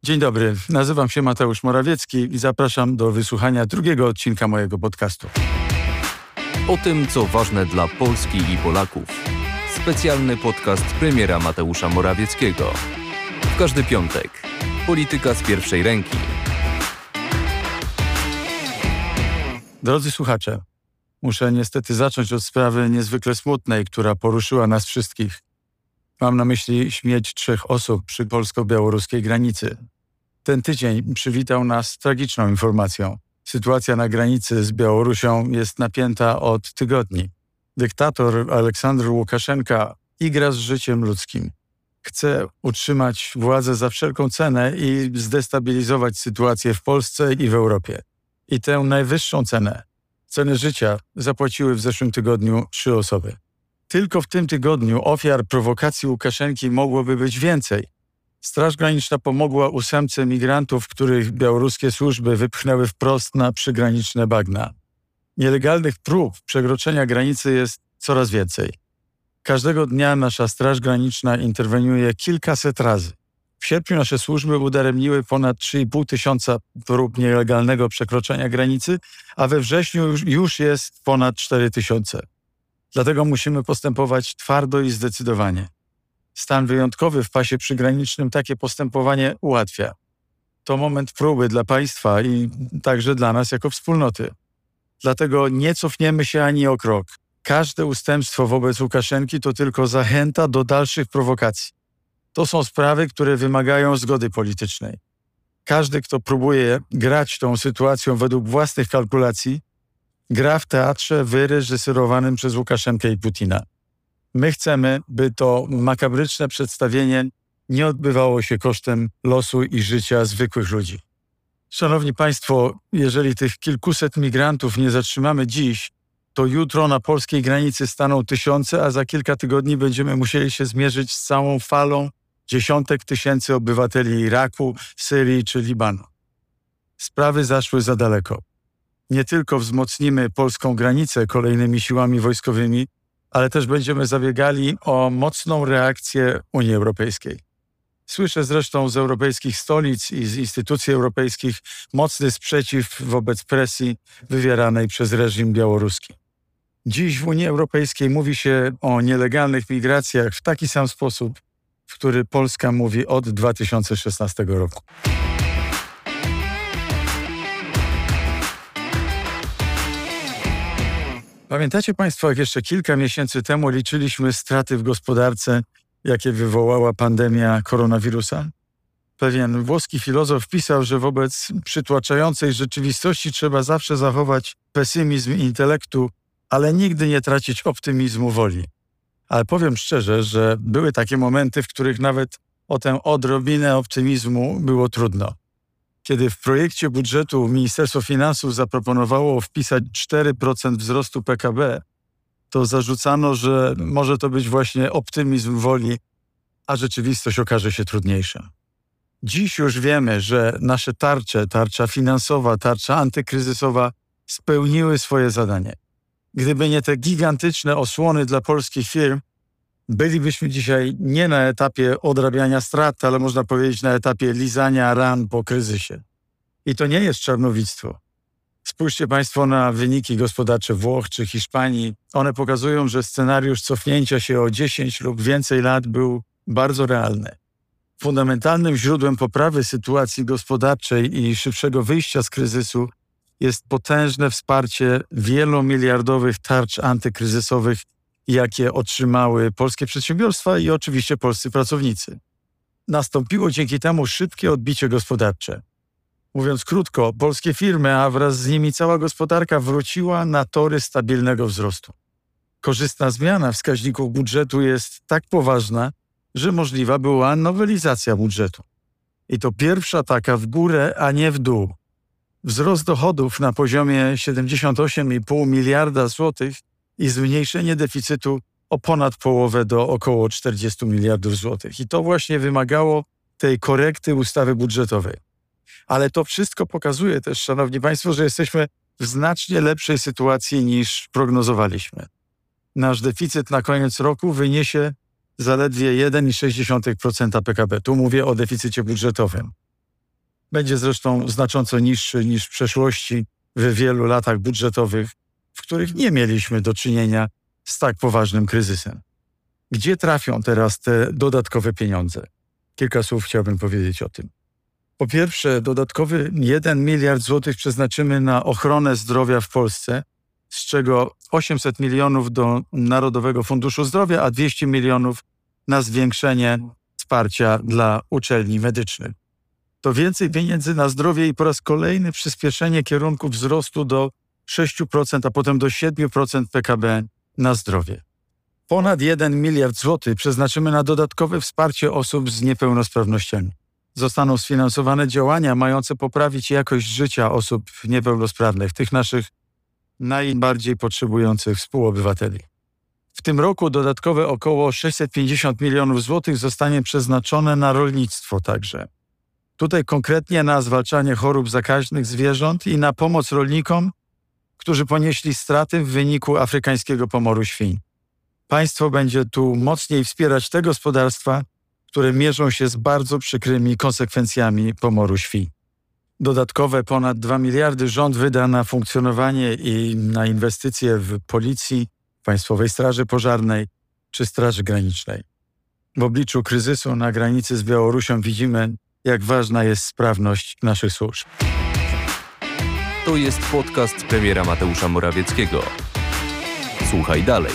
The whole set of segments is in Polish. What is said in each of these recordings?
Dzień dobry, nazywam się Mateusz Morawiecki i zapraszam do wysłuchania drugiego odcinka mojego podcastu. O tym, co ważne dla Polski i Polaków. Specjalny podcast premiera Mateusza Morawieckiego. W każdy piątek. Polityka z pierwszej ręki. Drodzy słuchacze, muszę niestety zacząć od sprawy niezwykle smutnej, która poruszyła nas wszystkich. Mam na myśli śmierć 3 osób przy polsko-białoruskiej granicy. Ten tydzień przywitał nas tragiczną informacją. Sytuacja na granicy z Białorusią jest napięta od tygodni. Dyktator Aleksandr Łukaszenka igra z życiem ludzkim. Chce utrzymać władzę za wszelką cenę i zdestabilizować sytuację w Polsce i w Europie. I tę najwyższą cenę życia, zapłaciły w zeszłym tygodniu 3 osoby. Tylko w tym tygodniu ofiar prowokacji Łukaszenki mogłoby być więcej. Straż Graniczna pomogła 8 migrantów, których białoruskie służby wypchnęły wprost na przygraniczne bagna. Nielegalnych prób przekroczenia granicy jest coraz więcej. Każdego dnia nasza Straż Graniczna interweniuje kilkaset razy. W sierpniu nasze służby udaremniły ponad 3,5 tysiąca prób nielegalnego przekroczenia granicy, a we wrześniu już jest ponad 4 tysiące. Dlatego musimy postępować twardo i zdecydowanie. Stan wyjątkowy w pasie przygranicznym takie postępowanie ułatwia. To moment próby dla państwa i także dla nas jako wspólnoty. Dlatego nie cofniemy się ani o krok. Każde ustępstwo wobec Łukaszenki to tylko zachęta do dalszych prowokacji. To są sprawy, które wymagają zgody politycznej. Każdy, kto próbuje grać tą sytuacją według własnych kalkulacji, gra w teatrze wyreżyserowanym przez Łukaszenkę i Putina. My chcemy, by to makabryczne przedstawienie nie odbywało się kosztem losu i życia zwykłych ludzi. Szanowni Państwo, jeżeli tych kilkuset migrantów nie zatrzymamy dziś, to jutro na polskiej granicy staną tysiące, a za kilka tygodni będziemy musieli się zmierzyć z całą falą dziesiątek tysięcy obywateli Iraku, Syrii czy Libanu. Sprawy zaszły za daleko. Nie tylko wzmocnimy polską granicę kolejnymi siłami wojskowymi, ale też będziemy zabiegali o mocną reakcję Unii Europejskiej. Słyszę zresztą z europejskich stolic i z instytucji europejskich mocny sprzeciw wobec presji wywieranej przez reżim białoruski. Dziś w Unii Europejskiej mówi się o nielegalnych migracjach w taki sam sposób, w który Polska mówi od 2016 roku. Pamiętacie Państwo, jak jeszcze kilka miesięcy temu liczyliśmy straty w gospodarce, jakie wywołała pandemia koronawirusa? Pewien włoski filozof pisał, że wobec przytłaczającej rzeczywistości trzeba zawsze zachować pesymizm intelektu, ale nigdy nie tracić optymizmu woli. Ale powiem szczerze, że były takie momenty, w których nawet o tę odrobinę optymizmu było trudno. Kiedy w projekcie budżetu Ministerstwo Finansów zaproponowało wpisać 4% wzrostu PKB, to zarzucano, że może to być właśnie optymizm woli, a rzeczywistość okaże się trudniejsza. Dziś już wiemy, że nasze tarcza finansowa, tarcza antykryzysowa spełniły swoje zadanie. Gdyby nie te gigantyczne osłony dla polskich firm, bylibyśmy dzisiaj nie na etapie odrabiania strat, ale można powiedzieć na etapie lizania ran po kryzysie. I to nie jest czarnowictwo. Spójrzcie Państwo na wyniki gospodarcze Włoch czy Hiszpanii. One pokazują, że scenariusz cofnięcia się o 10 lub więcej lat był bardzo realny. Fundamentalnym źródłem poprawy sytuacji gospodarczej i szybszego wyjścia z kryzysu jest potężne wsparcie wielomiliardowych tarcz antykryzysowych, jakie otrzymały polskie przedsiębiorstwa i oczywiście polscy pracownicy. Nastąpiło dzięki temu szybkie odbicie gospodarcze. Mówiąc krótko, polskie firmy, a wraz z nimi cała gospodarka wróciła na tory stabilnego wzrostu. Korzystna zmiana wskaźników budżetu jest tak poważna, że możliwa była nowelizacja budżetu. I to pierwsza taka w górę, a nie w dół. Wzrost dochodów na poziomie 78,5 miliarda złotych i zmniejszenie deficytu o ponad połowę do około 40 miliardów złotych. I to właśnie wymagało tej korekty ustawy budżetowej. Ale to wszystko pokazuje też, szanowni Państwo, że jesteśmy w znacznie lepszej sytuacji niż prognozowaliśmy. Nasz deficyt na koniec roku wyniesie zaledwie 1,6% PKB. Tu mówię o deficycie budżetowym. Będzie zresztą znacząco niższy niż w przeszłości w wielu latach budżetowych, w których nie mieliśmy do czynienia z tak poważnym kryzysem. Gdzie trafią teraz te dodatkowe pieniądze? Kilka słów chciałbym powiedzieć o tym. Po pierwsze, dodatkowy 1 miliard złotych przeznaczymy na ochronę zdrowia w Polsce, z czego 800 milionów do Narodowego Funduszu Zdrowia, a 200 milionów na zwiększenie wsparcia dla uczelni medycznych. To więcej pieniędzy na zdrowie i po raz kolejny przyspieszenie kierunku wzrostu do 6%, a potem do 7% PKB na zdrowie. Ponad 1 miliard złotych przeznaczymy na dodatkowe wsparcie osób z niepełnosprawnościami. Zostaną sfinansowane działania mające poprawić jakość życia osób niepełnosprawnych, tych naszych najbardziej potrzebujących współobywateli. W tym roku dodatkowe około 650 milionów złotych zostanie przeznaczone na rolnictwo także. Tutaj konkretnie na zwalczanie chorób zakaźnych zwierząt i na pomoc rolnikom, którzy ponieśli straty w wyniku afrykańskiego pomoru świń. Państwo będzie tu mocniej wspierać te gospodarstwa, które mierzą się z bardzo przykrymi konsekwencjami pomoru świń. Dodatkowe ponad 2 miliardy rząd wyda na funkcjonowanie i na inwestycje w Policji, Państwowej Straży Pożarnej czy Straży Granicznej. W obliczu kryzysu na granicy z Białorusią widzimy, jak ważna jest sprawność naszych służb. To jest podcast premiera Mateusza Morawieckiego. Słuchaj dalej.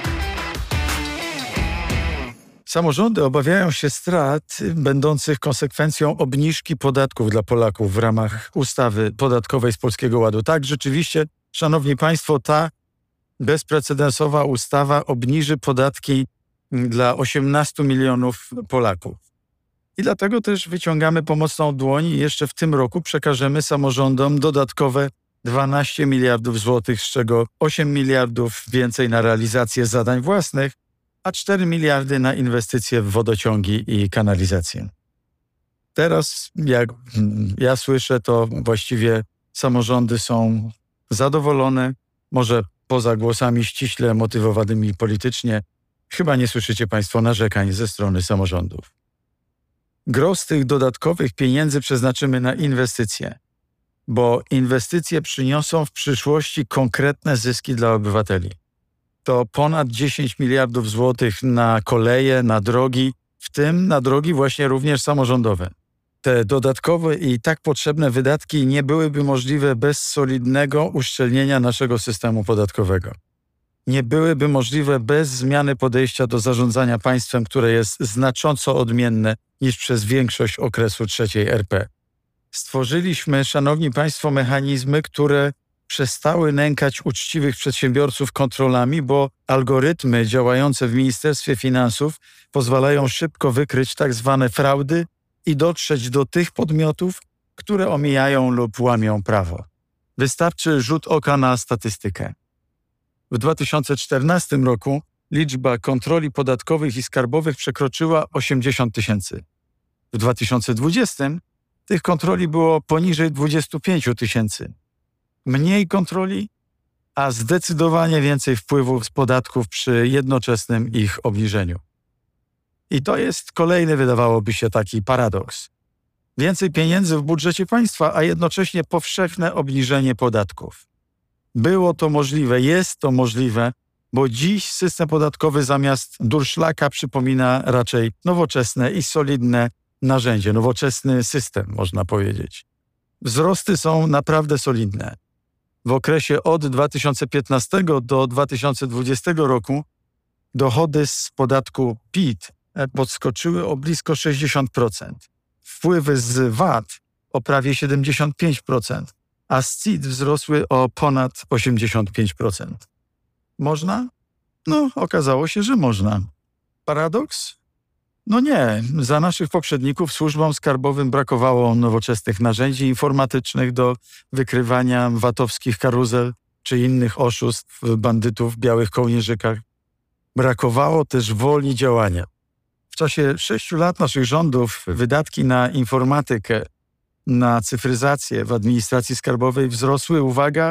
Samorządy obawiają się strat będących konsekwencją obniżki podatków dla Polaków w ramach ustawy podatkowej z Polskiego Ładu. Tak, rzeczywiście, szanowni państwo, ta bezprecedensowa ustawa obniży podatki dla 18 milionów Polaków. I dlatego też wyciągamy pomocną dłoń i jeszcze w tym roku przekażemy samorządom dodatkowe 12 miliardów złotych, z czego 8 miliardów więcej na realizację zadań własnych, a 4 miliardy na inwestycje w wodociągi i kanalizację. Teraz, jak ja słyszę, to właściwie samorządy są zadowolone, może poza głosami ściśle motywowanymi politycznie, chyba nie słyszycie państwo narzekań ze strony samorządów. Gros z tych dodatkowych pieniędzy przeznaczymy na inwestycje, bo inwestycje przyniosą w przyszłości konkretne zyski dla obywateli. To ponad 10 miliardów złotych na koleje, na drogi, w tym na drogi właśnie również samorządowe. Te dodatkowe i tak potrzebne wydatki nie byłyby możliwe bez solidnego uszczelnienia naszego systemu podatkowego. Nie byłyby możliwe bez zmiany podejścia do zarządzania państwem, które jest znacząco odmienne niż przez większość okresu III RP. Stworzyliśmy, szanowni państwo, mechanizmy, które przestały nękać uczciwych przedsiębiorców kontrolami, bo algorytmy działające w Ministerstwie Finansów pozwalają szybko wykryć tak zwane fraudy i dotrzeć do tych podmiotów, które omijają lub łamią prawo. Wystarczy rzut oka na statystykę. W 2014 roku liczba kontroli podatkowych i skarbowych przekroczyła 80 000. W 2020 tych kontroli było poniżej 25 000. Mniej kontroli, a zdecydowanie więcej wpływów z podatków przy jednoczesnym ich obniżeniu. I to jest kolejny, wydawałoby się, taki paradoks. Więcej pieniędzy w budżecie państwa, a jednocześnie powszechne obniżenie podatków. Było to możliwe, jest to możliwe, bo dziś system podatkowy zamiast durszlaka przypomina raczej nowoczesne i solidne narzędzie, nowoczesny system, można powiedzieć. Wzrosty są naprawdę solidne. W okresie od 2015 do 2020 roku dochody z podatku PIT podskoczyły o blisko 60%. Wpływy z VAT o prawie 75%, a z CIT wzrosły o ponad 85%. Można? No, okazało się, że można. Paradoks? No nie. Za naszych poprzedników służbom skarbowym brakowało nowoczesnych narzędzi informatycznych do wykrywania VAT-owskich karuzel czy innych oszustw bandytów w białych kołnierzykach. Brakowało też woli działania. W czasie 6 lat naszych rządów wydatki na informatykę, na cyfryzację w administracji skarbowej wzrosły, uwaga,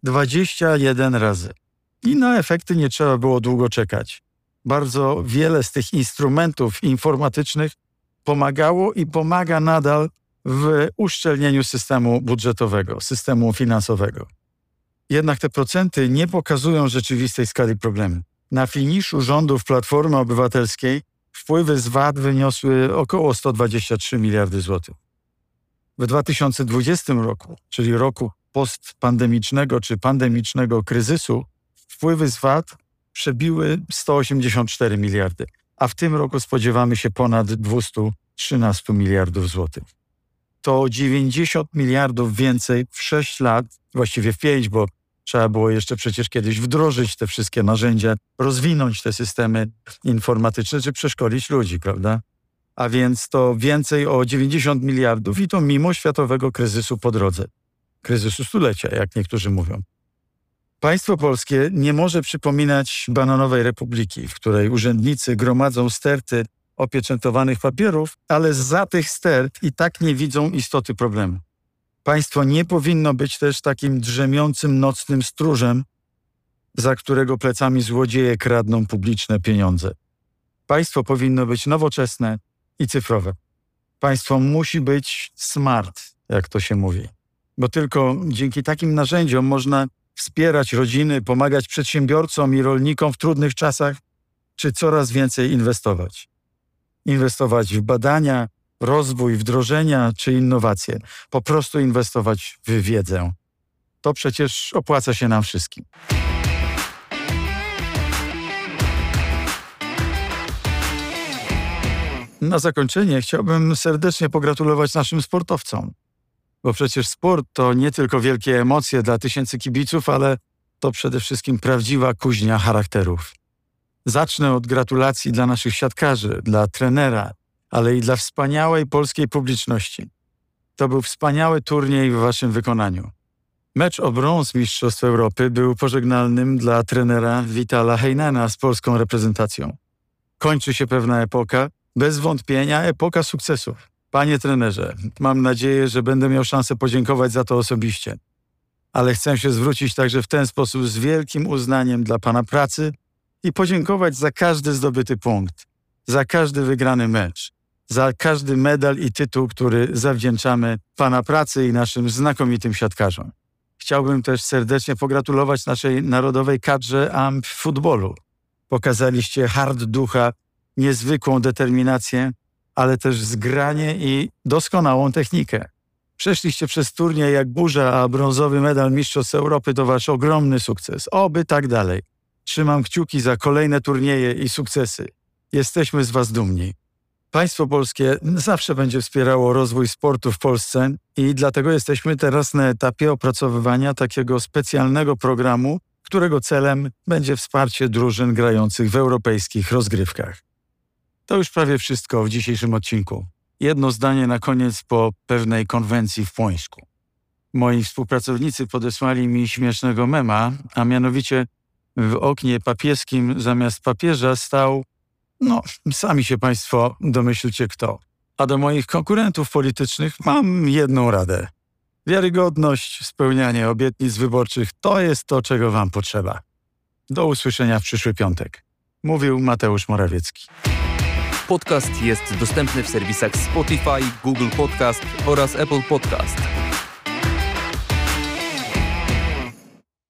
21 razy. I na efekty nie trzeba było długo czekać. Bardzo wiele z tych instrumentów informatycznych pomagało i pomaga nadal w uszczelnieniu systemu budżetowego, systemu finansowego. Jednak te procenty nie pokazują rzeczywistej skali problemu. Na finiszu rządów Platformy Obywatelskiej wpływy z VAT wyniosły około 123 miliardy złotych. W 2020 roku, czyli roku postpandemicznego czy pandemicznego kryzysu, wpływy z VAT przebiły 184 miliardy, a w tym roku spodziewamy się ponad 213 miliardów złotych. To 90 miliardów więcej w 6 lat, właściwie w 5, bo trzeba było jeszcze przecież kiedyś wdrożyć te wszystkie narzędzia, rozwinąć te systemy informatyczne czy przeszkolić ludzi, prawda? A więc to więcej o 90 miliardów i to mimo światowego kryzysu po drodze. Kryzysu stulecia, jak niektórzy mówią. Państwo polskie nie może przypominać bananowej republiki, w której urzędnicy gromadzą sterty opieczętowanych papierów, ale zza tych stert i tak nie widzą istoty problemu. Państwo nie powinno być też takim drzemiącym nocnym stróżem, za którego plecami złodzieje kradną publiczne pieniądze. Państwo powinno być nowoczesne i cyfrowe. Państwo musi być smart, jak to się mówi, bo tylko dzięki takim narzędziom można wspierać rodziny, pomagać przedsiębiorcom i rolnikom w trudnych czasach, czy coraz więcej inwestować. Inwestować w badania, rozwój, wdrożenia czy innowacje. Po prostu inwestować w wiedzę. To przecież opłaca się nam wszystkim. Na zakończenie chciałbym serdecznie pogratulować naszym sportowcom. Bo przecież sport to nie tylko wielkie emocje dla tysięcy kibiców, ale to przede wszystkim prawdziwa kuźnia charakterów. Zacznę od gratulacji dla naszych siatkarzy, dla trenera, ale i dla wspaniałej polskiej publiczności. To był wspaniały turniej w waszym wykonaniu. Mecz o brąz Mistrzostw Europy był pożegnalnym dla trenera Vitala Heinena z polską reprezentacją. Kończy się pewna epoka, bez wątpienia epoka sukcesów. Panie trenerze, mam nadzieję, że będę miał szansę podziękować za to osobiście. Ale chcę się zwrócić także w ten sposób z wielkim uznaniem dla pana pracy i podziękować za każdy zdobyty punkt, za każdy wygrany mecz, za każdy medal i tytuł, który zawdzięczamy pana pracy i naszym znakomitym siatkarzom. Chciałbym też serdecznie pogratulować naszej narodowej kadrze AMP futbolu. Pokazaliście hart ducha, niezwykłą determinację, ale też zgranie i doskonałą technikę. Przeszliście przez turniej jak burza, a brązowy medal Mistrzostw Europy to wasz ogromny sukces. Oby tak dalej. Trzymam kciuki za kolejne turnieje i sukcesy. Jesteśmy z was dumni. Państwo polskie zawsze będzie wspierało rozwój sportu w Polsce i dlatego jesteśmy teraz na etapie opracowywania takiego specjalnego programu, którego celem będzie wsparcie drużyn grających w europejskich rozgrywkach. To już prawie wszystko w dzisiejszym odcinku. Jedno zdanie na koniec po pewnej konwencji w Płońsku. Moi współpracownicy podesłali mi śmiesznego mema, a mianowicie w oknie papieskim zamiast papieża stał, sami się państwo domyślcie kto. A do moich konkurentów politycznych mam jedną radę. Wiarygodność, spełnianie obietnic wyborczych to jest to, czego wam potrzeba. Do usłyszenia w przyszły piątek. Mówił Mateusz Morawiecki. Podcast jest dostępny w serwisach Spotify, Google Podcast oraz Apple Podcast.